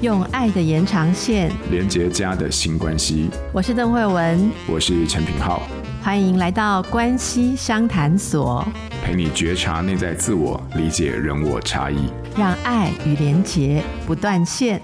用爱的延长线连结家的新关系。 我是邓惠文， 我是陈品皓， 欢迎来到关系商谈所， 陪你觉察内在自我，理解人我差异， 让爱与连结不断线。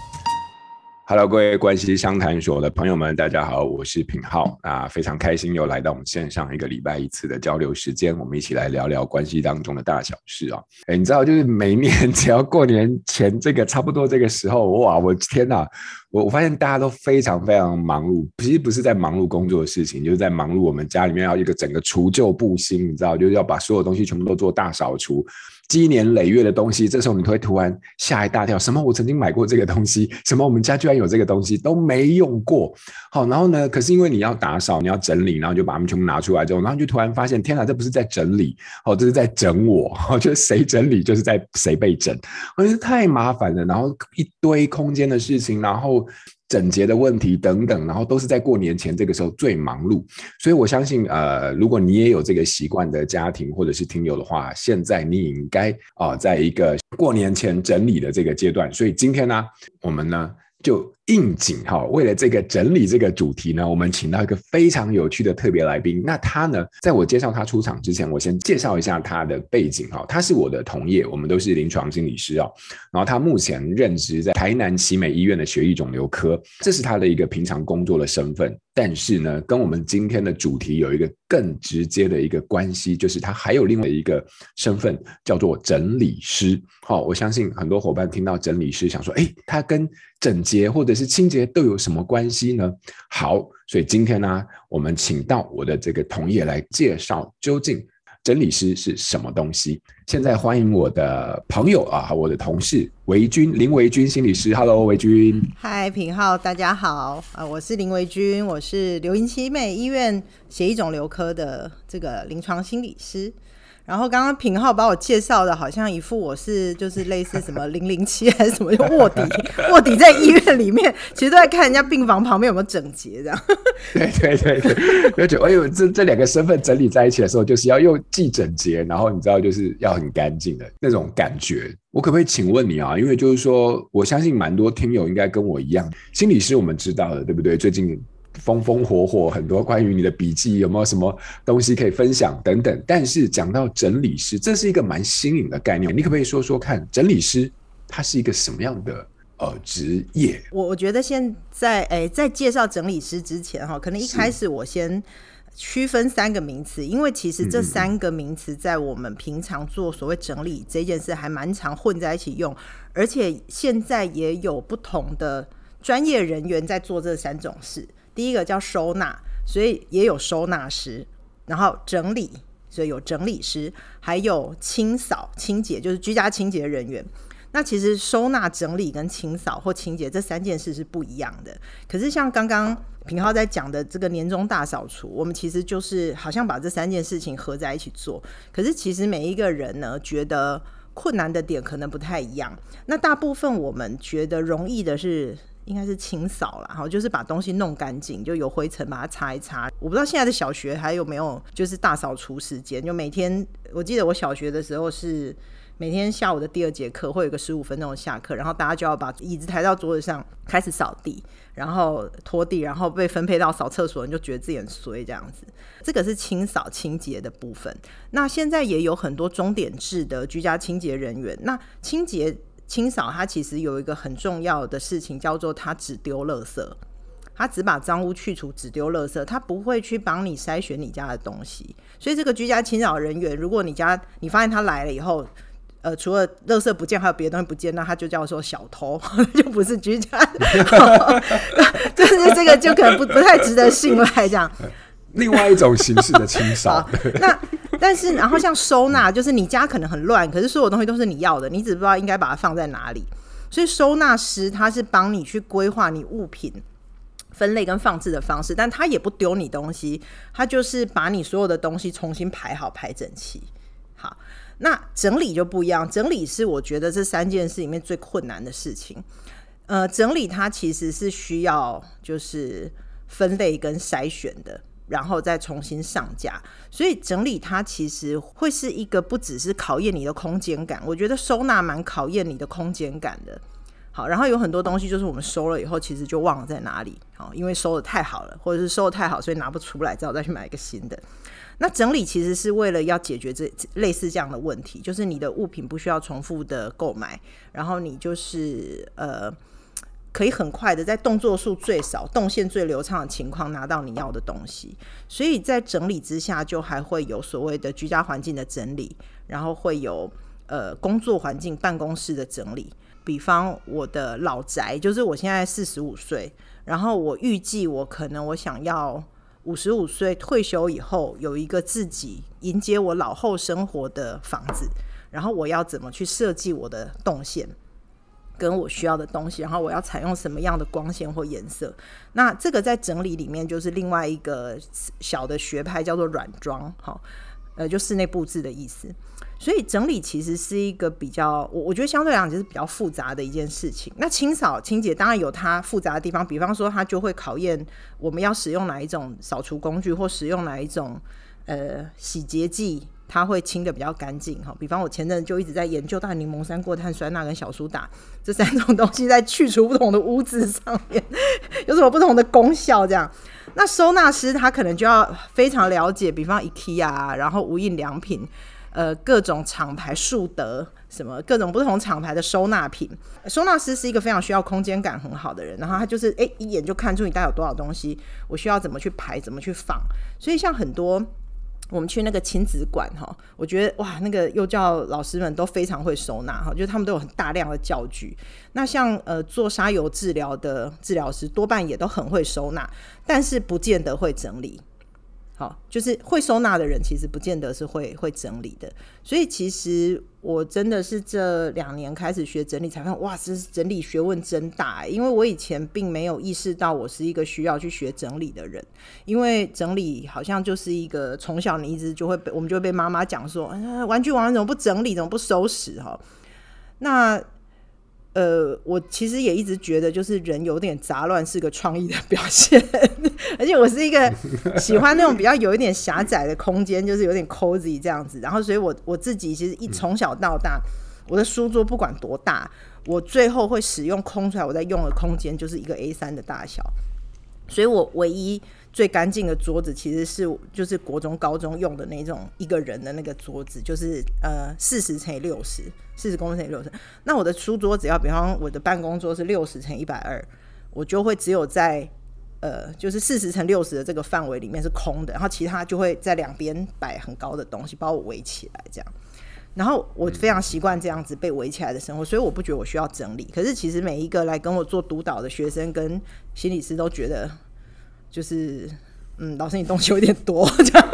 Hello， 各位关系商谈所的朋友们，大家好，我是品皓。非常开心又来到我们线上一个礼拜一次的交流时间，我们一起来聊聊关系当中的大小事啊。你知道，就是每年只要过年前差不多这个时候，哇，我天哪！我发现大家都非常非常忙碌，其实不是在忙碌工作的事情，就是在忙碌我们家里面要一个整个除旧布新，你知道，就是要把所有东西全部都做大扫除，积年累月的东西，这时候你会突然吓一大跳，什么我曾经买过这个东西，什么我们家居然有这个东西都没用过。好，然后呢，可是因为你要打扫，你要整理，然后就把它们全部拿出来之后，然后就突然发现，天哪，这不是在整理，这是在整我，就是谁整理就是在谁被整，我觉得太麻烦了，然后一堆空间的事情，然后整洁的问题等等，然后都是在过年前这个时候最忙碌。所以我相信如果你也有这个习惯的家庭或者是听友的话，现在你应该在一个过年前整理的这个阶段。所以今天呢，我们呢就应景为了这个整理这个主题呢，我们请到一个非常有趣的特别来宾。那他呢，在我介绍他出场之前，我先介绍一下他的背景。他是我的同业，我们都是临床心理师。然后他目前任职在台南奇美医院的血液肿瘤科，这是他的一个平常工作的身份。但是呢，跟我们今天的主题有一个更直接的一个关系，就是他还有另外一个身份叫做整理师。我相信很多伙伴听到整理师想说，他跟整洁或者是清洁都有什么关系呢？好，所以今天呢，我们请到我的这个同业来介绍究竟整理师是什么东西。现在欢迎我的朋友我的同事维君，林维君心理师。 Hello， 维君。 嗨，品皓，大家好，我是林维君，我是流行奇美医院血液肿瘤科的这个临床心理师。然后刚刚品皓把我介绍的好像一副我是就是类似什么007还是什么卧底在医院里面，其实都在看人家病房旁边有没有整洁这样。 对，就觉得这两个身份整理在一起的时候，就是要又既整洁，然后你知道就是要很干净的那种感觉。我可不可以请问你因为就是说我相信蛮多听友应该跟我一样，心理师我们知道的，对不对？最近风风火火，很多关于你的笔记有没有什么东西可以分享等等，但是讲到整理师，这是一个蛮新颖的概念，你可不可以说说看，整理师他是一个什么样的职业？ 我觉得现在在介绍整理师之前可能一开始我先区分3个名词，因为其实这3个名词在我们平常做所谓整理这件事还蛮常混在一起用，而且现在也有不同的专业人员在做这3种事。第一个叫收纳，所以也有收纳师，然后整理，所以有整理师，还有清扫清洁，就是居家清洁人员。那其实收纳、整理跟清扫或清洁这3件事是不一样的。可是像刚刚品皓在讲的这个年终大扫除，我们其实就是好像把这3件事情合在一起做。可是其实每一个人呢，觉得困难的点可能不太一样。那大部分我们觉得容易的是应该是清扫啦，就是把东西弄干净，就有灰尘把它擦一擦。我不知道现在的小学还有没有就是大扫除时间，就每天，我记得我小学的时候是每天下午的第2节课会有个15分钟的下课，然后大家就要把椅子抬到桌子上开始扫地，然后拖地，然后被分配到扫厕所，你就觉得自己很衰这样子。这个是清扫清洁的部分。那现在也有很多钟点制的居家清洁人员，那清扫它其实有一个很重要的事情，叫做它只丢垃圾，它只把脏污去除，只丢垃圾，它不会去帮你筛选你家的东西。所以这个居家清扫人员，如果你发现他来了以后，除了垃圾不见还有别的东西不见，那他就叫做小偷，就不是居家就是这个就可能不太值得信赖这样。 另外一种形式的清扫但是然后像收纳，就是你家可能很乱，可是所有东西都是你要的，你只不知道应该把它放在哪里。所以收纳师他是帮你去规划你物品分类跟放置的方式，但他也不丢你东西，他就是把你所有的东西重新排好排整齐。好，那整理就不一样，整理是我觉得这3件事里面最困难的事情。整理它其实是需要就是分类跟筛选的，然后再重新上架。所以整理它其实会是一个不只是考验你的空间感，我觉得收纳蛮考验你的空间感的。 好，然后有很多东西就是我们收了以后其实就忘了在哪里，好，因为收的太好了，或者是收的太好所以拿不出来，只好再去买一个新的。那整理其实是为了要解决类似这样的问题，就是你的物品不需要重复的购买，然后你就是可以很快的在动作数最少、动线最流畅的情况拿到你要的东西。所以在整理之下就还会有所谓的居家环境的整理，然后会有工作环境办公室的整理。比方我的老宅，就是我现在45岁，然后我预计我想要55岁退休以后有一个自己迎接我老后生活的房子，然后我要怎么去设计我的动线跟我需要的东西，然后我要采用什么样的光线或颜色。那这个在整理里面就是另外一个小的学派，叫做软装，就室内布置的意思。所以整理其实是一个比较，我觉得相对来讲就是比较复杂的一件事情。那清扫清洁当然有它复杂的地方，比方说它就会考验我们要使用哪一种扫除工具，或使用哪一种洗洁剂，它会清的比较干净。比方我前阵就一直在研究到底柠檬酸、过碳酸钠跟小苏打这3种东西在去除不同的污渍上面有什么不同的功效这样。那收纳师他可能就要非常了解，比方 IKEA 然后无印良品各种厂牌，树德什么各种不同厂牌的收纳品。收纳师是一个非常需要空间感很好的人，然后他就是一眼就看出你大概有多少东西，我需要怎么去排怎么去放。所以像很多我们去那个亲子馆，我觉得哇，那个幼教老师们都非常会收纳，就是他们都有很大量的教具。那像做沙游治疗的治疗师多半也都很会收纳，但是不见得会整理。好，就是会收纳的人其实不见得是会整理的。所以其实我真的是这2年开始学整理才发现，哇，这整理学问真大。因为我以前并没有意识到我是一个需要去学整理的人，因为整理好像就是一个从小你一直我们就会被妈妈讲说，玩具王怎么不整理，怎么不收拾。那我其实也一直觉得就是人有点杂乱是个创意的表现而且我是一个喜欢那种比较有一点狭窄的空间，就是有点 cozy 这样子。然后所以我自己其实从小到大我的书桌不管多大，我最后会使用空出来我在用的空间就是一个 A3 的大小。所以我唯一最干净的桌子其实就是国中高中用的那种一个人的那个桌子，就是40×60 公分乘以60。那我的书桌只要比方我的办公桌是60×120，我就会只有在就是40×60的这个范围里面是空的，然后其他就会在两边摆很高的东西把我围起来这样。然后我非常习惯这样子被围起来的生活，所以我不觉得我需要整理。可是其实每一个来跟我做督导的学生跟心理师都觉得就是老师你东西有点多这样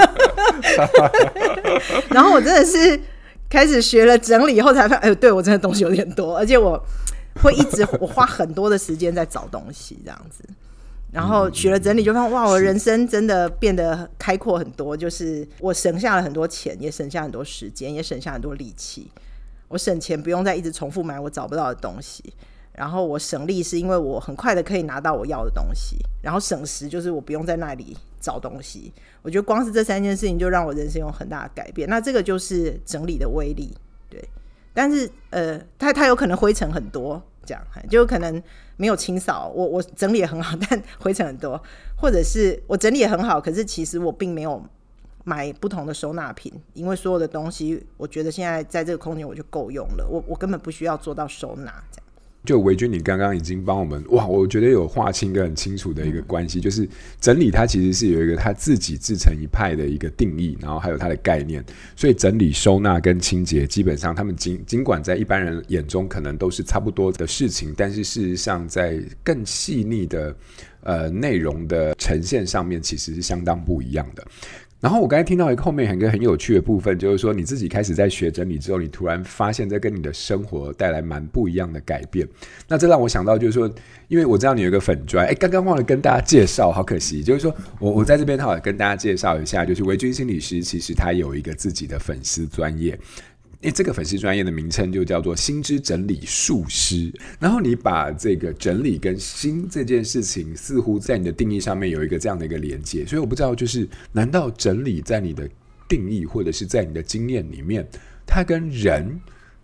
然后我真的是开始学了整理以后才发现，对，我真的东西有点多，而且我会我花很多的时间在找东西这样子。然后学了整理就发现，哇，我人生真的变得开阔很多，就是我省下了很多钱，也省下很多时间，也省下很多力气。我省钱不用再一直重复买我找不到的东西，然后我省力是因为我很快的可以拿到我要的东西，然后省时就是我不用在那里找东西。我觉得光是这3件事情就让我人生有很大的改变。那这个就是整理的威力，对。但是它有可能灰尘很多，这样就可能没有清扫，我整理也很好，但灰尘很多，或者是我整理也很好，可是其实我并没有买不同的收纳品，因为所有的东西我觉得现在在这个空间我就够用了，我根本不需要做到收纳这样。 就维君你刚刚已经帮我们我觉得有划清一个很清楚的一个关系，就是整理它其实是有一个它自己自成一派的一个定义，然后还有它的概念。所以整理收纳跟清洁基本上他们尽管在一般人眼中可能都是差不多的事情，但是事实上在更细腻的内容的呈现上面其实是相当不一样的。然后我刚才听到一个后面一个很有趣的部分，就是说你自己开始在学整理之后，你突然发现这跟你的生活带来蛮不一样的改变。那这让我想到就是说，因为我知道你有一个粉专，刚刚忘了跟大家介绍，好可惜。就是说我在这边好跟大家介绍一下，就是维君心理师其实他有一个自己的粉丝专页。这个粉丝专页的名称就叫做心之整理术师，然后你把这个整理跟心这件事情似乎在你的定义上面有一个这样的一个连接，所以我不知道就是难道整理在你的定义或者是在你的经验里面，它跟人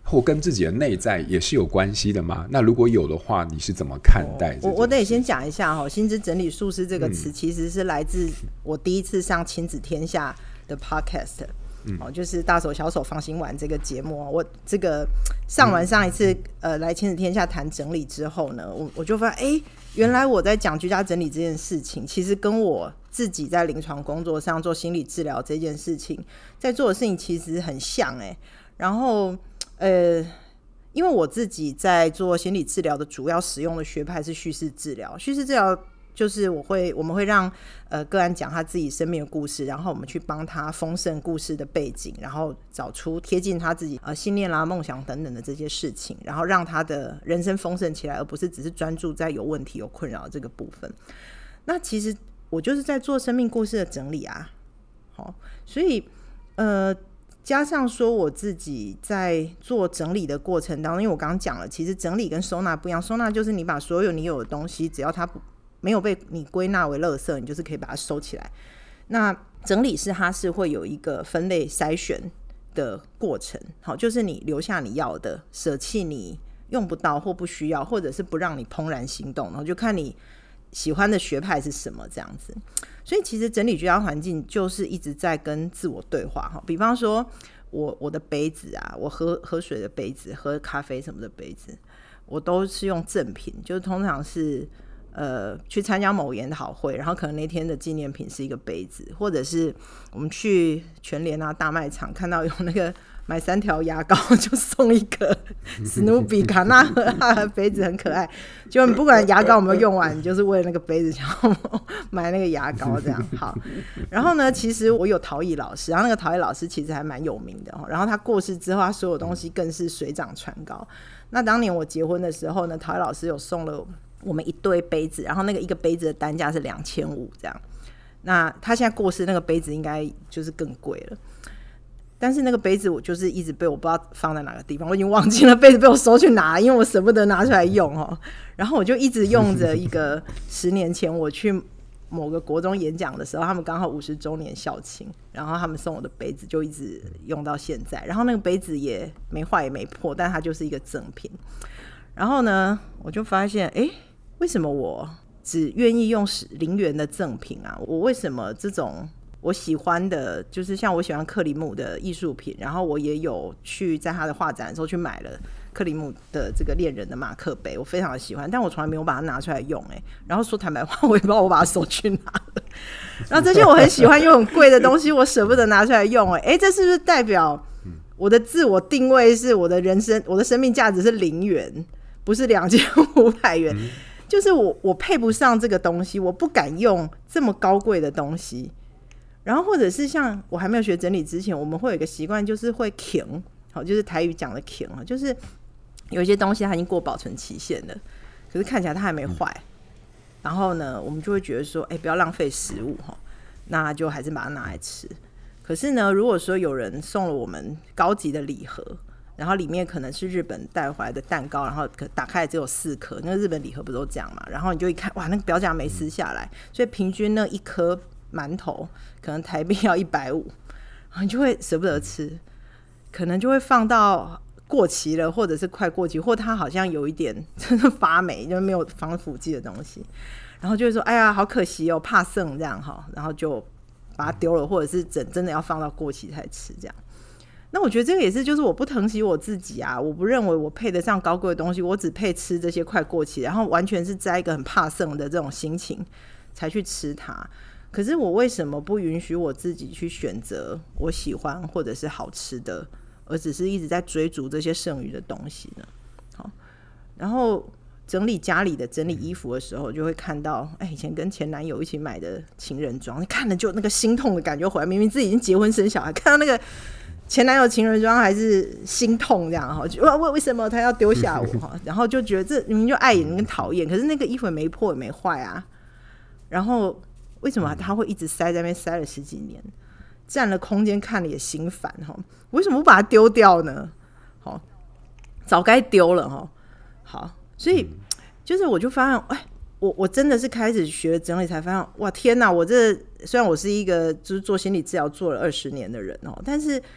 或跟自己的内在也是有关系的吗？那如果有的话，你是怎么看待我得先讲一下心智整理术师这个词，其实是来自我第一次上亲子天下的 podcast，就是大手小手放心玩这个节目。我这个上完上一次来亲子天下谈整理之后呢，我就发现原来我在讲居家整理这件事情，其实跟我自己在临床工作上做心理治疗这件事情在做的事情其实很像然后因为我自己在做心理治疗的主要使用的学派是叙事治疗。叙事治疗就是我们会让个案讲他自己生命的故事，然后我们去帮他丰盛故事的背景，然后找出贴近他自己信念啦、梦想等等的这些事情，然后让他的人生丰盛起来，而不是只是专注在有问题、有困扰这个部分。那其实我就是在做生命故事的整理啊，所以加上说我自己在做整理的过程当中，因为我刚刚讲了，其实整理跟收纳不一样。收纳就是你把所有你有的东西，只要它没有被你归纳为垃圾，你就是可以把它收起来。那整理它是会有一个分类筛选的过程，就是你留下你要的，舍弃你用不到或不需要，或者是不让你怦然心动，然后就看你喜欢的学派是什么这样子。所以其实整理居家环境就是一直在跟自我对话。比方说我的杯子啊，我喝水的杯子、喝咖啡什么的杯子，我都是用赠品，就是通常是去参加某研讨会，然后可能那天的纪念品是一个杯子，或者是我们去全联啊大卖场看到有那个买3条牙膏就送一个史努比卡纳赫拉的杯子，很可爱。就你不管牙膏有没有用完，你就是为了那个杯子想要买那个牙膏这样。好，然后呢，其实我有陶艺老师，然后那个陶艺老师其实还蛮有名的，然后他过世之后，他所有东西更是水涨船高。那当年我结婚的时候呢，陶艺老师有送了我们一堆杯子，然后那个一个杯子的单价是2500这样。那他现在过世，那个杯子应该就是更贵了。但是那个杯子我就是一直被我不知道放在哪个地方，我已经忘记了杯子被我收去拿，因为我舍不得拿出来用然后我就一直用着一个10年前我去某个国中演讲的时候，他们刚好50周年校庆，然后他们送我的杯子就一直用到现在。然后那个杯子也没坏也没破，但它就是一个赠品。然后呢，我就发现为什么我只愿意用0元的赠品啊？我为什么这种我喜欢的，就是像我喜欢克里姆的艺术品，然后我也有去在他的画展的时候去买了克里姆的这个恋人的马克杯，我非常的喜欢，但我从来没有把它拿出来用然后说坦白话，我也不知道我把它收去哪了。然后这些我很喜欢又很贵的东西，我舍不得拿出来用这是不是代表我的自我定位是我的人生，我的生命价值是0元，不是2500元？就是我配不上这个东西，我不敢用这么高贵的东西。然后或者是像我还没有学整理之前，我们会有一个习惯，就是会停，就是台语讲的停，就是有一些东西它已经过保存期限了，可是看起来它还没坏，然后呢我们就会觉得说不要浪费食物，那就还是把它拿来吃。可是呢，如果说有人送了我们高级的礼盒，然后里面可能是日本带回来的蛋糕，然后打开来只有4颗，那日本礼盒不都这样嘛？然后你就一看，哇，那个标价没撕下来，所以平均那1颗馒头可能台币要150，然后你就会舍不得吃，可能就会放到过期了，或者是快过期，或它好像有一点真的发霉，就没有防腐剂的东西，然后就会说哎呀好可惜哦，怕剩这样然后就把它丢了，或者是真的要放到过期才吃这样。那我觉得这个也是，就是我不疼惜我自己啊，我不认为我配得上高贵的东西，我只配吃这些快过期，然后完全是在一个很怕剩的这种心情才去吃它。可是我为什么不允许我自己去选择我喜欢或者是好吃的，而只是一直在追逐这些剩余的东西呢？好，然后整理家里的整理衣服的时候，就会看到以前跟前男友一起买的情人装，看了就那个心痛的感觉回来，明明自己已经结婚生小孩，看到那个前男友情人装还是心痛这样，为什么他要丢下我？然后就觉得这明明就碍眼跟讨厌，可是那个衣服也没破也没坏啊，然后为什么他会一直塞在那边，塞了10几年，占了空间，看了也心烦，为什么不把它丢掉呢？早该丢了。好，所以就是我就发现我真的是开始学整理才发现，哇天哪，我这虽然我是一个就是做心理治疗做了20年的人但是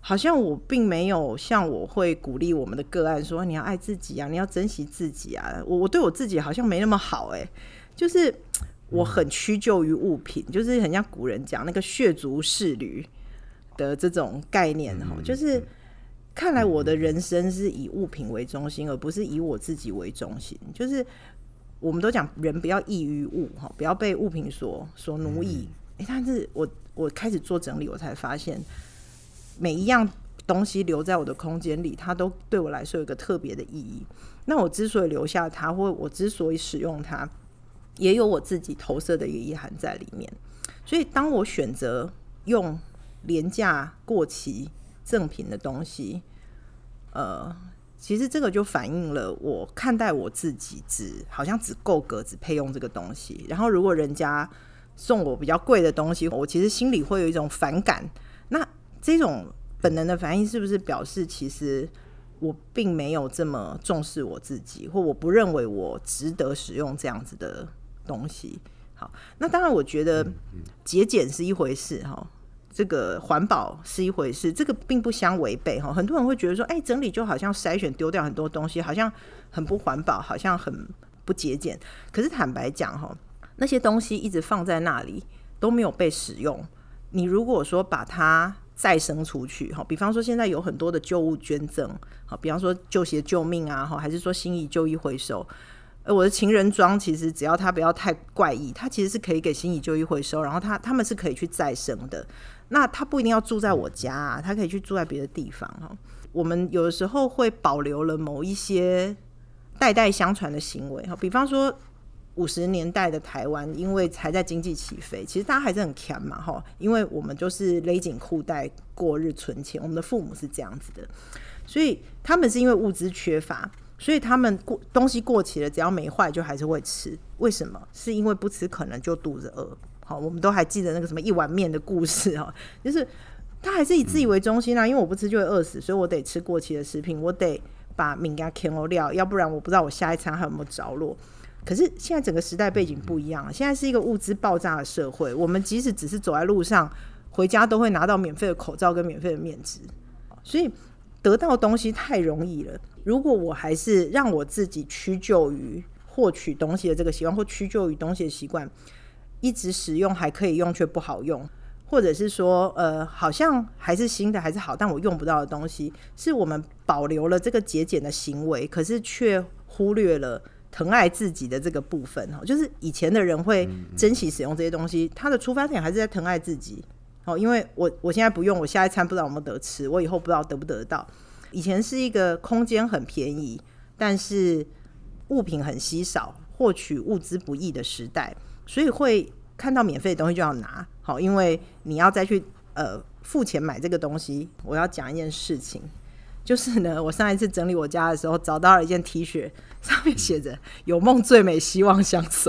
好像我并没有像我会鼓励我们的个案说你要爱自己啊，你要珍惜自己啊，我对我自己好像没那么好就是我很屈就于物品，就是很像古人讲那个血族仕驴的这种概念就是看来我的人生是以物品为中心，而不是以我自己为中心。就是我们都讲人不要易于物，不要被物品所奴役。但是我开始做整理，我才发现每一样东西留在我的空间里，它都对我来说有一个特别的意义。那我之所以留下它，或我之所以使用它，也有我自己投射的一个意涵在里面。所以当我选择用廉价过期赠品的东西，其实这个就反映了我看待我自己好像只够格只配用这个东西。然后如果人家送我比较贵的东西，我其实心里会有一种反感。那这种本能的反应是不是表示其实我并没有这么重视我自己，或我不认为我值得使用这样子的东西？好，那当然我觉得节俭是一回事，这个环保是一回事，这个并不相违背。很多人会觉得说整理就好像筛选丢掉很多东西，好像很不环保，好像很不节俭。可是坦白讲那些东西一直放在那里都没有被使用，你如果说把它再生出去，比方说现在有很多的旧物捐赠，比方说旧鞋救命啊，还是说新衣旧衣回收。我的情人装其实只要它不要太怪异，它其实是可以给新衣旧衣回收，然后他们是可以去再生的。那他不一定要住在我家啊，他可以去住在别的地方。我们有的时候会保留了某一些代代相传的行为，比方说50年代的台湾，因为还在经济起飞，其实大家还是很强嘛，因为我们就是勒紧裤带过日存钱，我们的父母是这样子的，所以他们是因为物资缺乏，所以他们东西过期了，只要没坏就还是会吃。为什么？是因为不吃可能就肚子饿。我们都还记得那个什么一碗面的故事，就是他还是以自己为中心啊，因为我不吃就会饿死，所以我得吃过期的食品，我得把米给它啃掉，要不然我不知道我下一餐还有没有着落。可是现在整个时代背景不一样了，现在是一个物资爆炸的社会，我们即使只是走在路上回家都会拿到免费的口罩跟免费的面纸，所以得到东西太容易了。如果我还是让我自己屈就于获取东西的这个习惯，或屈就于东西的习惯，一直使用还可以用却不好用，或者是说好像还是新的还是好，但我用不到的东西，是我们保留了这个节俭的行为，可是却忽略了疼爱自己的这个部分。就是以前的人会珍惜使用这些东西，他的出发点还是在疼爱自己。因为我现在不用，我下一餐不知道有没有得吃，我以后不知道得不得到。以前是一个空间很便宜，但是物品很稀少，获取物资不易的时代，所以会看到免费的东西就要拿。因为你要再去付钱买这个东西。我要讲一件事情，就是呢，我上一次整理我家的时候，找到了一件 T 恤，上面写着“有梦最美，希望相随”。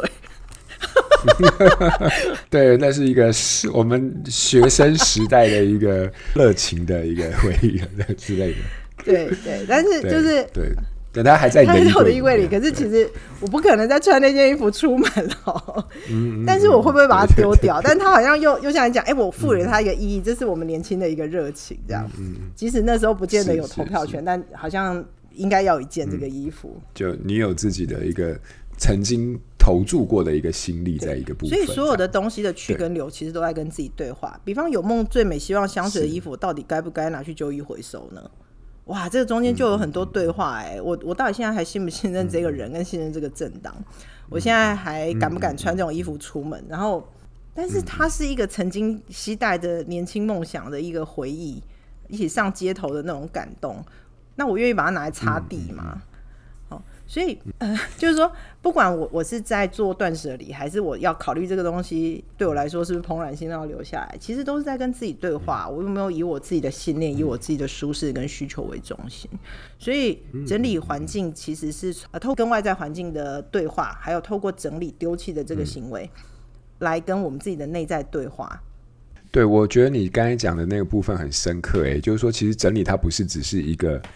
对，那是一个我们学生时代的一个热情的一个回忆之类的。 对对，但是就是对，等他还在你的衣柜里，可是其实我不可能再穿那件衣服出门了。但是我会不会把它丢掉？但他好像又像你讲，我赋予了它一个意义，这是我们年轻的一个热情，这样。即使那时候不见得有投票权，但好像应该要一件这个衣服。 就你有自己的一个曾经投注过的一个心力在一个部分， 所以所有的东西的去跟留其实都在跟自己对话。比方有梦最美，希望相随的衣服，我到底该不该拿去旧衣回收呢？哇，这个中间就有很多对话。我到底现在还信不信任这个人，跟信任这个政党？我现在还敢不敢穿这种衣服出门？然后，但是它是一个曾经期待的年轻梦想的一个回忆，一起上街头的那种感动。那我愿意把它拿来擦地吗？所以就是说，不管我是在做断舍离，还是我要考虑这个东西对我来说是不是怦然心动要留下来，其实都是在跟自己对话。我有没有以我自己的信念，以我自己的舒适跟需求为中心？所以整理环境其实是透过跟外在环境的对话，还有透过整理丢弃的这个行为，来跟我们自己的内在对话。 对，我觉得你刚才讲的那个部分很深刻。就是说其实整理它不是只是一个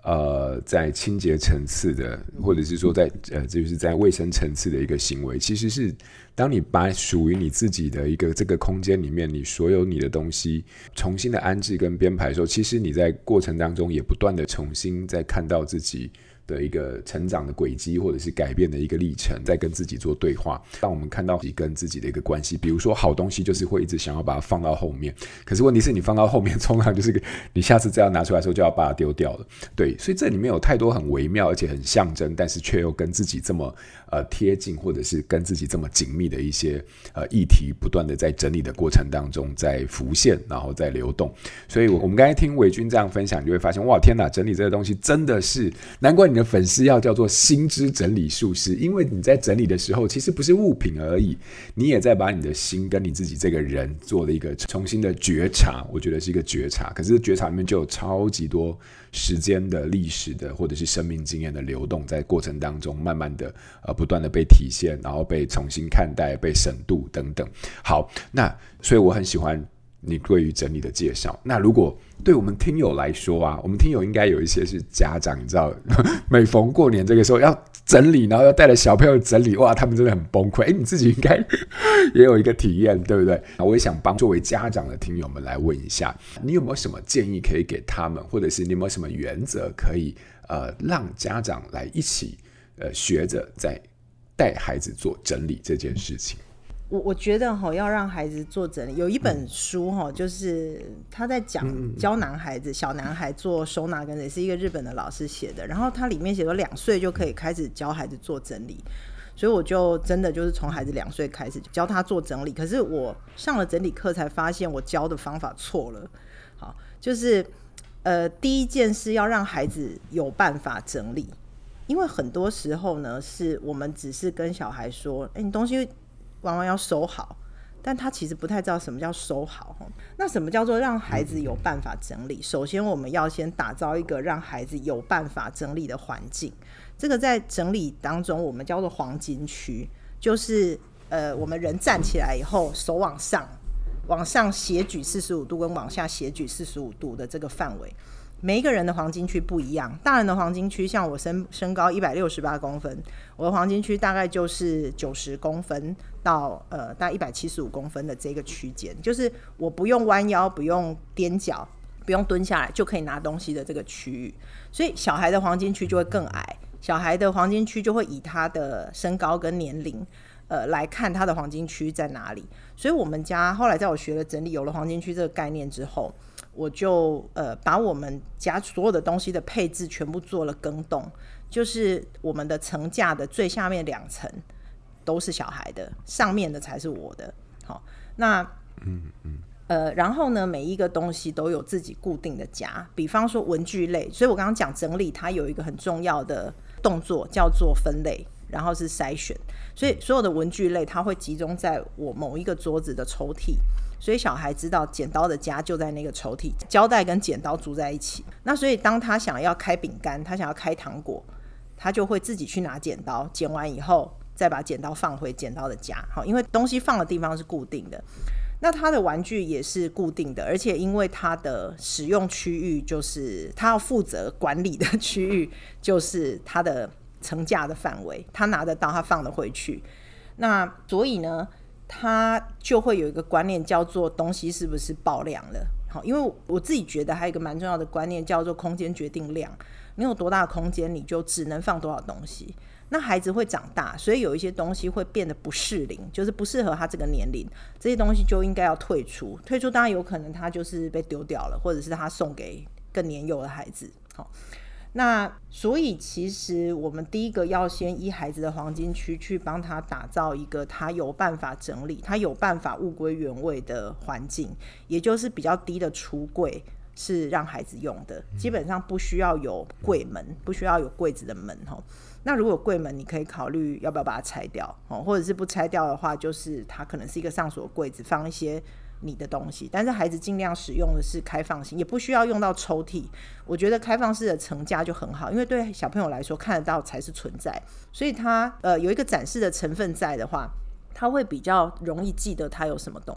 在清洁层次的，或者是说就是在卫生层次的一个行为，其实是当你把属于你自己的一个这个空间里面，你所有你的东西重新的安置跟编排的时候，其实你在过程当中也不断的重新在看到自己的一个成长的轨迹，或者是改变的一个历程，在跟自己做对话，让我们看到自己跟自己的一个关系。比如说好东西就是会一直想要把它放到后面，可是问题是你放到后面通常就是你下次再要拿出来的时候就要把它丢掉了。对，所以这里面有太多很微妙而且很象征，但是却又跟自己这么贴近，或者是跟自己这么紧密的一些议题，不断的在整理的过程当中在浮现，然后在流动。所以我们刚才听伟君这样分享，你就会发现哇天哪，整理这个东西真的是难怪你的粉丝要叫做心之整理术师，因为你在整理的时候其实不是物品而已，你也在把你的心跟你自己这个人做了一个重新的觉察，我觉得是一个觉察。可是觉察里面就有超级多时间的、历史的或者是生命经验的流动，在过程当中慢慢的不断的被体现，然后被重新看待、被审度等等。好，那所以我很喜欢你对于整理的介绍。那如果对我们听友来说啊，我们听友应该有一些是家长，你知道每逢过年这个时候要整理，然后要带着小朋友整理，哇他们真的很崩溃。你自己应该也有一个体验对不对？我也想帮作为家长的听友们来问一下，你有没有什么建议可以给他们，或者是你有没有什么原则可以让家长来一起学着在带孩子做整理这件事情？ 我觉得要让孩子做整理，有一本书就是他在讲教小男孩做收纳跟整理，是一个日本的老师写的，然后他里面写说2岁就可以开始教孩子做整理，所以我就真的就是从孩子2岁开始教他做整理。可是我上了整理课才发现我教的方法错了。好，就是第一件事要让孩子有办法整理，因为很多时候呢是我们只是跟小孩说你东西往往要收好，但他其实不太知道什么叫收好。那什么叫做让孩子有办法整理？首先我们要先打造一个让孩子有办法整理的环境，这个在整理当中我们叫做黄金区，就是我们人站起来以后手往上斜举45度跟往下斜举45度的这个范围，每一个人的黄金区不一样。大人的黄金区，像我身高168公分，我的黄金区大概就是90公分到大概175公分的这个区间，就是我不用弯腰、不用踮脚、不用蹲下来就可以拿东西的这个区域。所以小孩的黄金区就会更矮，小孩的黄金区就会以他的身高跟年龄来看他的黄金区在哪里。所以我们家后来在我学了整理有了黄金区这个概念之后，我就把我们家所有的东西的配置全部做了更动，就是我们的层架的最下面2层都是小孩的，上面的才是我的。好，那然后呢，每一个东西都有自己固定的夹，比方说文具类，所以我刚刚讲整理，它有一个很重要的动作叫做分类，然后是筛选，所以所有的文具类它会集中在我某一个桌子的抽屉，所以小孩知道剪刀的夹就在那个抽屉，胶带跟剪刀组在一起。那所以当他想要开饼干，他想要开糖果，他就会自己去拿剪刀，剪完以后再把剪刀放回剪刀的夹。好，因为东西放的地方是固定的，那他的玩具也是固定的，而且因为他的使用区域就是他要负责管理的区域，就是他的层架的范围，他拿得到，他放得回去。那所以呢，他就会有一个观念叫做东西是不是爆量了。好，因为我自己觉得还有一个蛮重要的观念叫做空间决定量，你有多大的空间你就只能放多少东西。那孩子会长大，所以有一些东西会变得不适龄，就是不适合他这个年龄，这些东西就应该要退出。退出当然有可能他就是被丢掉了，或者是他送给更年幼的孩子。好，那所以其实我们第一个要先依孩子的黄金区去帮他打造一个他有办法整理，他有办法物归原位的环境，也就是比较低的橱柜是让孩子用的，基本上不需要有柜门，不需要有柜子的门。那如果有柜门，你可以考虑要不要把它拆掉，或者是不拆掉的话，就是它可能是一个上锁柜子，放一些你的东西。但是孩子尽量使用的是开放性，也不需要用到抽屉。我觉得开放式的层架就很好，因为对小朋友来说看得到才是存在，所以它有一个展示的成分在的话，他会比较容易记得他有什么东西。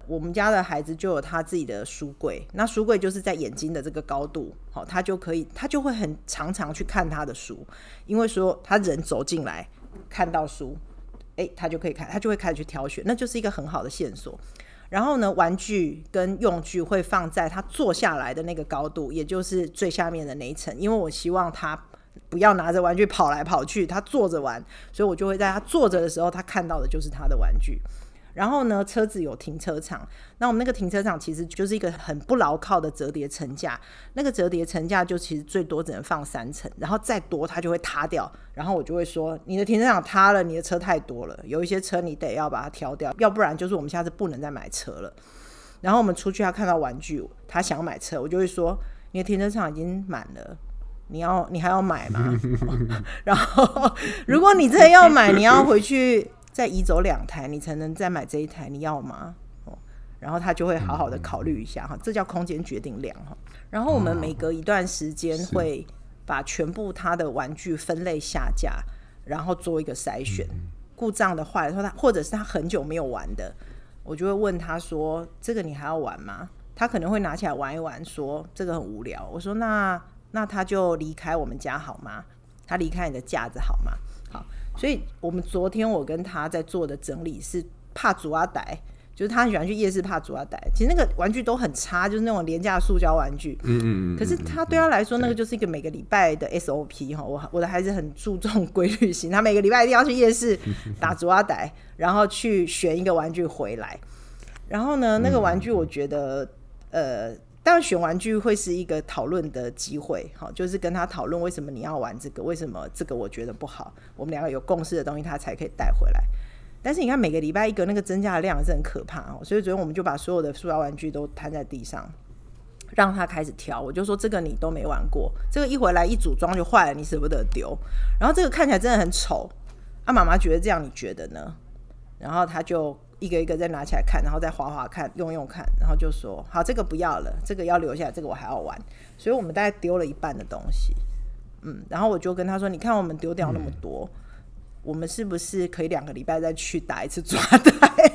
我们家的孩子就有他自己的书柜，那书柜就是在眼睛的这个高度，他就会很常常去看他的书，因为说他人走进来看到书，他就可以看，他就会开始去挑选，那就是一个很好的线索。然后呢，玩具跟用具会放在他坐下来的那个高度，也就是最下面的那一层，因为我希望他不要拿着玩具跑来跑去，他坐着玩，所以我就会在他坐着的时候，他看到的就是他的玩具。然后呢，车子有停车场，那我们那个停车场其实就是一个很不牢靠的折叠层架，那个折叠层架就其实最多只能放3层，然后再多它就会塌掉，然后我就会说你的停车场塌了，你的车太多了，有一些车你得要把它挑掉，要不然就是我们下次不能再买车了。然后我们出去他看到玩具，他想买车，我就会说你的停车场已经满了，你还要买吗？然后如果你真的要买，你要回去再移走2台，你才能再买这一台，你要吗？然后他就会好好的考虑一下，这叫空间决定量。然后我们每隔一段时间会把全部他的玩具分类下架，然后做一个筛选，故障的坏的，或者是他很久没有玩的，我就会问他说这个你还要玩吗？他可能会拿起来玩一玩，说这个很无聊，我说那他就离开我们家好吗？他离开你的架子好吗？好，所以我们昨天我跟他在做的整理是怕竹阿呆，就是他很喜欢去夜市怕竹阿呆，其实那个玩具都很差，就是那种廉价塑胶玩具，可是他对他来说那个就是一个每个礼拜的 SOP。 我的孩子很注重规律性，他每个礼拜一定要去夜市打竹阿呆，然后去选一个玩具回来。然后呢，那个玩具我觉得当然选玩具会是一个讨论的机会，就是跟他讨论为什么你要玩这个，为什么这个我觉得不好，我们两个有共识的东西他才可以带回来。但是你看每个礼拜一个，那个增加的量是很可怕，所以昨天我们就把所有的塑料玩具都摊在地上，让他开始挑。我就说这个你都没玩过，这个一回来一组装就坏了，你舍不得丢，然后这个看起来真的很丑啊，妈妈觉得这样你觉得呢？然后他就一个一个再拿起来看，然后再滑滑看，用用看，然后就说好，这个不要了，这个要留下来，这个我还要玩。所以我们大概丢了一半的东西，然后我就跟他说，你看我们丢掉那么多，我们是不是可以2个礼拜再去打一次抓带？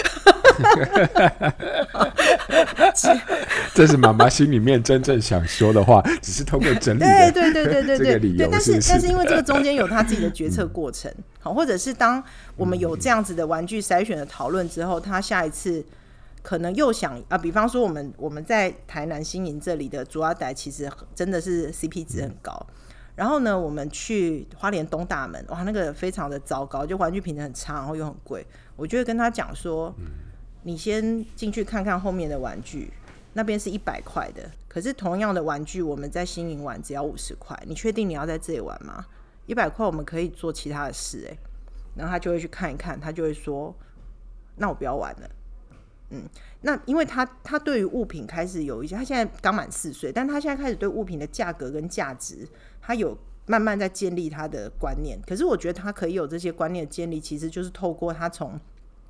这是妈妈心里面真正想说的话，只是通过整理的这个理由， 但是因为这个中间有他自己的决策过程，或者是当我们有这样子的玩具筛选的讨论之后，他下一次可能又想比方说我们在台南新营这里的竹阿呆其实真的是 CP 值很高。然后呢，我们去花莲东大门，哇，那个非常的糟糕，就玩具品质很差，然后又很贵。我就会跟他讲说，你先进去看看后面的玩具，那边是100块的，可是同样的玩具我们在新营玩只要50块，你确定你要在这里玩吗？100块我们可以做其他的事然后他就会去看一看，他就会说，那我不要玩了。那因为他对于物品开始有一些，他现在刚满4岁，但他现在开始对物品的价格跟价值，他有慢慢在建立他的观念。可是我觉得他可以有这些观念的建立，其实就是透过他从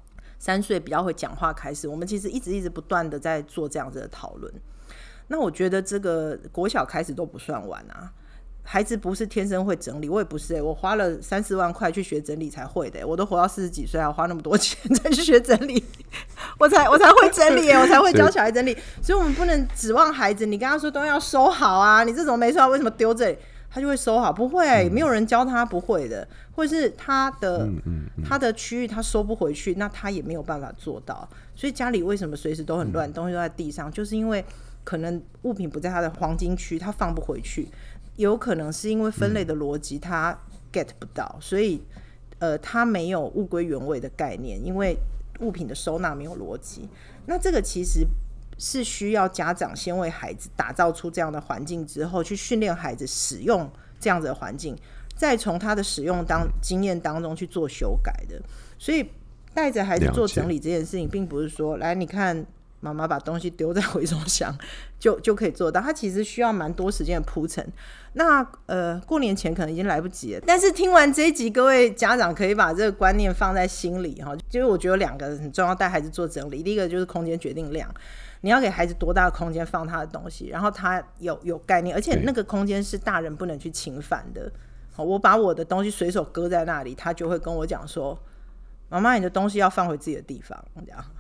3岁比较会讲话开始，我们其实一直不断的在做这样子的讨论。那我觉得这个国小开始都不算晚啊。孩子不是天生会整理，我也不是我花了3-4万块去学整理才会的我都活到40几岁，还花那么多钱再去学整理，我才会整理我才会教小孩整理。所以我们不能指望孩子，你跟他说东西要收好啊，你这种没收好为什么丢这里，他就会收好？不会没有人教他不会的，或者是他的区域他收不回去，那他也没有办法做到。所以家里为什么随时都很乱，东西都在地上，就是因为可能物品不在他的黄金区，他放不回去。有可能是因为分类的逻辑他 get 不到，所以他没有物归原位的概念，因为物品的收纳没有逻辑。那这个其实是需要家长先为孩子打造出这样的环境之后，去训练孩子使用这样子的环境，再从他的使用经验当中去做修改的。所以带着孩子做整理这件事情，并不是说来你看妈妈把东西丢在回收箱就可以做到，它其实需要蛮多时间的铺陈。那过年前可能已经来不及了，但是听完这一集，各位家长可以把这个观念放在心里哈。就是我觉得有2个很重要，带孩子做整理。第一个就是空间决定量，你要给孩子多大的空间放他的东西，然后他有概念，而且那个空间是大人不能去侵犯的。我把我的东西随手搁在那里，他就会跟我讲说，妈妈你的东西要放回自己的地方，这样。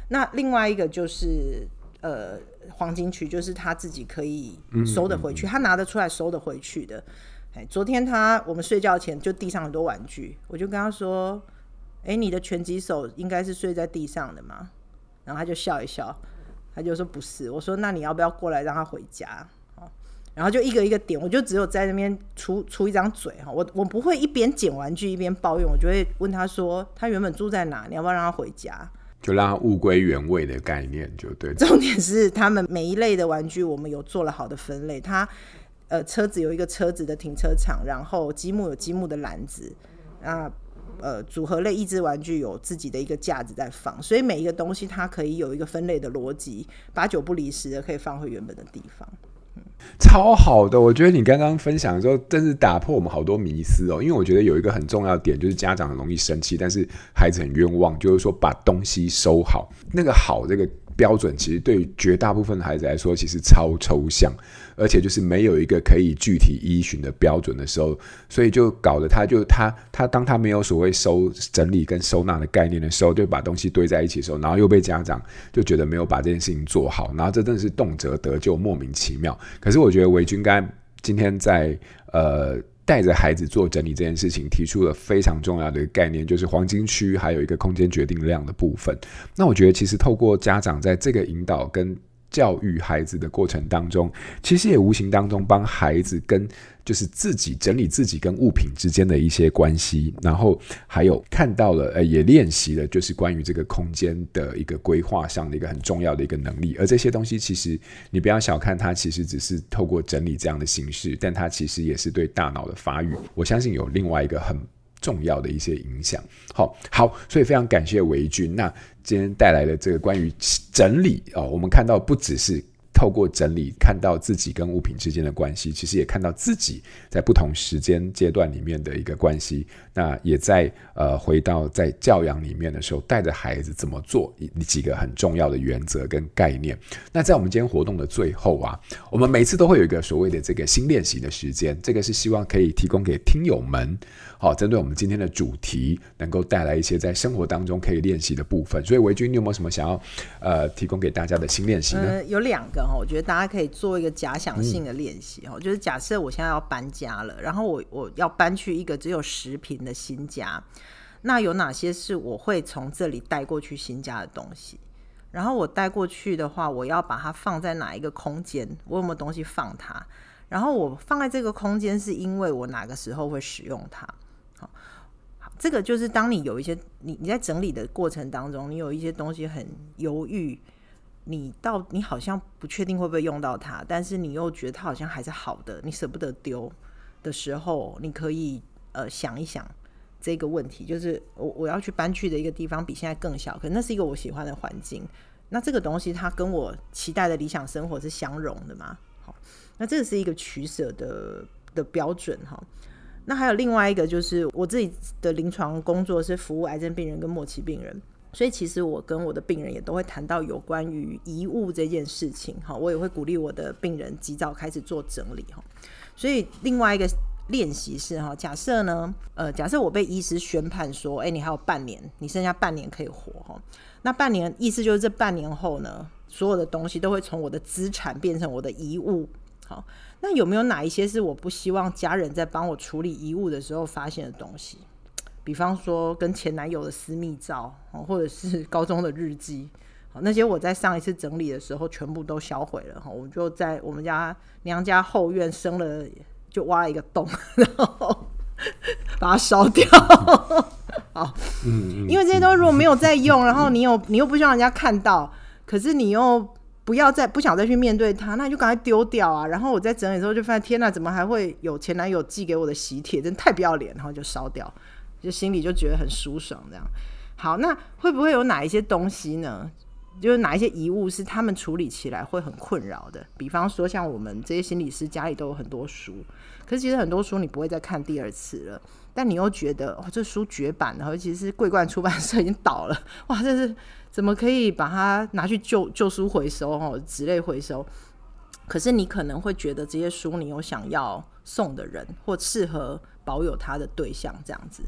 那另外一个就是黄金区，就是他自己可以收得回去，他拿得出来收得回去的。昨天我们睡觉前就地上很多玩具，我就跟他说你的拳击手应该是睡在地上的吗？然后他就笑一笑，他就说不是。我说那你要不要过来让他回家？然后就一个一个点，我就只有在那边出一张嘴，我不会一边捡玩具一边抱怨，我就会问他说他原本住在哪，你要不要让他回家？ 就让他物归原位的概念就对。 重点是他们每一类的玩具我们有做了好的分类，他车子有一个车子的停车场，然后积木有积木的篮子，那组合类益智玩具有自己的一个架子在放，所以每一个东西它可以有一个分类的逻辑，8-9不离十的可以放回原本的地方。 超好的，我觉得你刚刚分享的时候真是打破我们好多迷思哦。因为我觉得有一个很重要的点，就是家长很容易生气，但是孩子很冤枉，就是说把东西收好，那个好这个标准其实对于绝大部分的孩子来说其实超抽象，而且就是没有一个可以具体依循的标准的时候，所以就搞得他当他没有所谓整理跟收纳的概念的时候，就把东西堆在一起的时候，然后又被家长就觉得没有把这件事情做好，然后这真的是动辄得咎，莫名其妙。可是我觉得维君刚今天在带着孩子做整理这件事情提出了非常重要的概念，就是黄金区还有一个空间决定量的部分。那我觉得其实透过家长在这个引导跟教育孩子的过程当中，其实也无形当中帮孩子跟就是自己整理自己跟物品之间的一些关系，然后还有看到了也练习了就是关于这个空间的一个规划上的一个很重要的一个能力。而这些东西其实你不要小看它，其实只是透过整理这样的形式，但它其实也是对大脑的发育我相信有另外一个很重要的一些影响。好，所以非常感谢维君。那今天带来的这个关于整理我们看到不只是透过整理看到自己跟物品之间的关系，其实也看到自己在不同时间阶段里面的一个关系。那也在回到在教养里面的时候，带着孩子怎么做几个很重要的原则跟概念。那在我们今天活动的最后我们每次都会有一个所谓的这个新练习的时间，这个是希望可以提供给听友们针对我们今天的主题能够带来一些在生活当中可以练习的部分。所以维君你有没有什么想要提供给大家的新练习呢？ 有2个我觉得大家可以做一个假想性的练习就是假设我现在要搬家了，然后我要搬去一个只有10坪的新家，那有哪些是我会从这里带过去新家的东西？然后我带过去的话，我要把它放在哪一个空间？我有没有东西放它？然后我放在这个空间是因为我哪个时候会使用它？好，这个就是当你有一些你在整理的过程当中，你有一些东西很犹豫，你好像不确定会不会用到它，但是你又觉得它好像还是好的，你舍不得丢的时候，你可以想一想这个问题，就是我要去搬去的一个地方比现在更小，可是那是一个我喜欢的环境，那这个东西它跟我期待的理想生活是相容的吗？好，那这是一个取舍的标准那还有另外一个就是我自己的临床工作是服务癌症病人跟末期病人，所以其实我跟我的病人也都会谈到有关于遗物这件事情我也会鼓励我的病人及早开始做整理所以另外一个练习是假设呢假设我被医师宣判说你还有半年，你剩下半年可以活那半年意思就是这半年后呢，所有的东西都会从我的资产变成我的遗物。好，那有没有哪一些是我不希望家人在帮我处理遗物的时候发现的东西？比方说跟前男友的私密照或者是高中的日记，那些我在上一次整理的时候全部都销毁了我就在我们家娘家后院生了，就挖了一个洞然后把它烧掉好，因为这些东西如果没有在用，然后你又不希望人家看到，可是你又不想再去面对它，那你就赶快丢掉啊。然后我在整理的时候就发现天哪，怎么还会有前男友寄给我的喜帖，真太不要脸，然后就烧掉，就心里就觉得很舒爽这样。好，那会不会有哪一些东西呢，就是哪一些遗物是他们处理起来会很困扰的？比方说像我们这些心理师家里都有很多书，可是其实很多书你不会再看第2次了，但你又觉得这书绝版了，尤其是桂冠出版社已经倒了，哇，这是怎么可以把它拿去旧书回收纸类回收？可是你可能会觉得这些书你有想要送的人或适合保有它的对象这样子。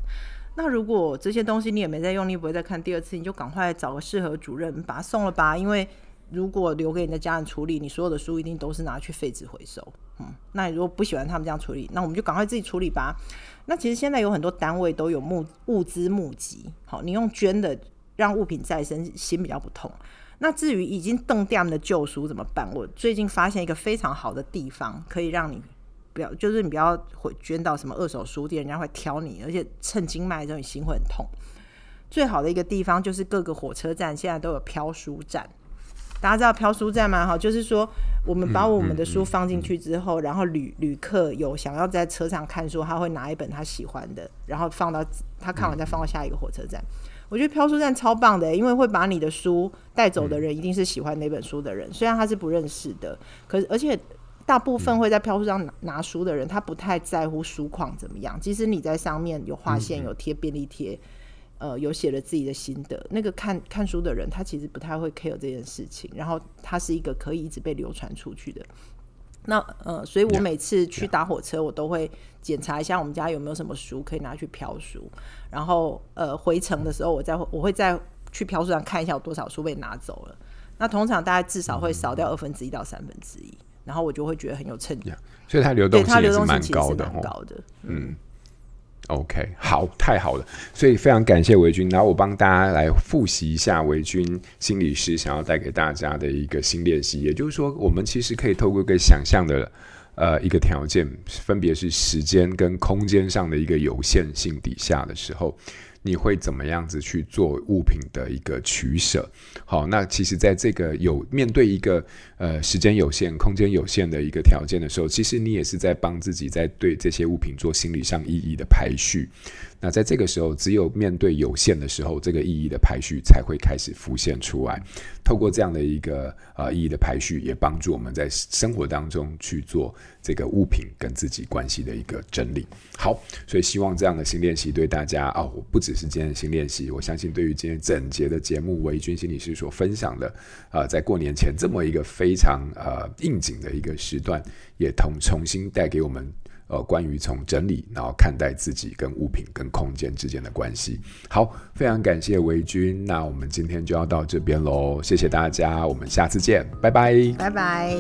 那如果这些东西你也没在用，你也不会再看第二次，你就赶快找个适合主任把它送了吧，因为如果留给你的家人处理，你所有的书一定都是拿去废纸回收。那你如果不喜欢他们这样处理，那我们就赶快自己处理吧。那其实现在有很多单位都有物资募集，好，你用捐的让物品再生，心比较不痛。那至于已经断掉的旧书怎么办？我最近发现一个非常好的地方，可以让你就是你不要捐到什么二手书店，人家会挑你，而且趁金卖的时候你心会很痛。最好的一个地方就是各个火车站现在都有飘书站。大家知道飘书站吗？就是说我们把我们的书放进去之后，然后旅客有想要在车上看书，他会拿一本他喜欢的，然后放到他看完再放到下一个火车站。我觉得飘书站超棒的，因为会把你的书带走的人一定是喜欢那本书的人，虽然他是不认识的，而且大部分会在飘书上拿书的人，他不太在乎书况怎么样。即使你在上面有划线、有贴便利贴，有写了自己的心得，那个看书的人，他其实不太会 care 这件事情。然后他是一个可以一直被流传出去的。那所以我每次去搭火车，我都会检查一下我们家有没有什么书可以拿去飘书。然后回程的时候，我会再去飘书上看一下有多少书被拿走了。那通常大概至少会少掉1/2到1/3，然后我就会觉得很有成就。 所以它流动性也是蛮高的。OK， 好，太好了，所以非常感谢维君。然后我帮大家来复习一下维君心理师想要带给大家的一个新练习，也就是说，我们其实可以透过一个想象的一个条件，分别是时间跟空间上的一个有限性底下的时候，你会怎么样子去做物品的一个取舍。好，那其实在这个面对一个时间有限空间有限的一个条件的时候，其实你也是在帮自己在对这些物品做心理上意义的排序。那在这个时候，只有面对有限的时候，这个意义的排序才会开始浮现出来。透过这样的一个意义的排序，也帮助我们在生活当中去做这个物品跟自己关系的一个整理。好，所以希望这样的新练习对大家不只是今天的新练习，我相信对于今天整节的节目，维君心理师所分享的在过年前这么一个非常应景的一个时段，也重新带给我们关于从整理然后看待自己跟物品跟空间之间的关系。好，非常感谢维君，那我们今天就要到这边咯，谢谢大家，我们下次见，拜拜， 拜拜。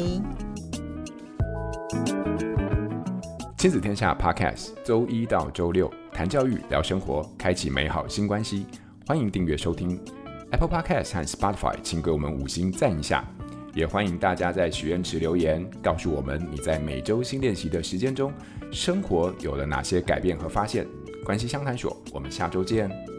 亲子天下 Podcast 周一到周六谈教育聊生活，开启美好新关系，欢迎订阅收听 Apple Podcast 和 Spotify， 请给我们5星赞一下，也欢迎大家在许愿池留言，告诉我们你在每周新练习的时间中，生活有了哪些改变和发现。关系相谈所，我们下周见。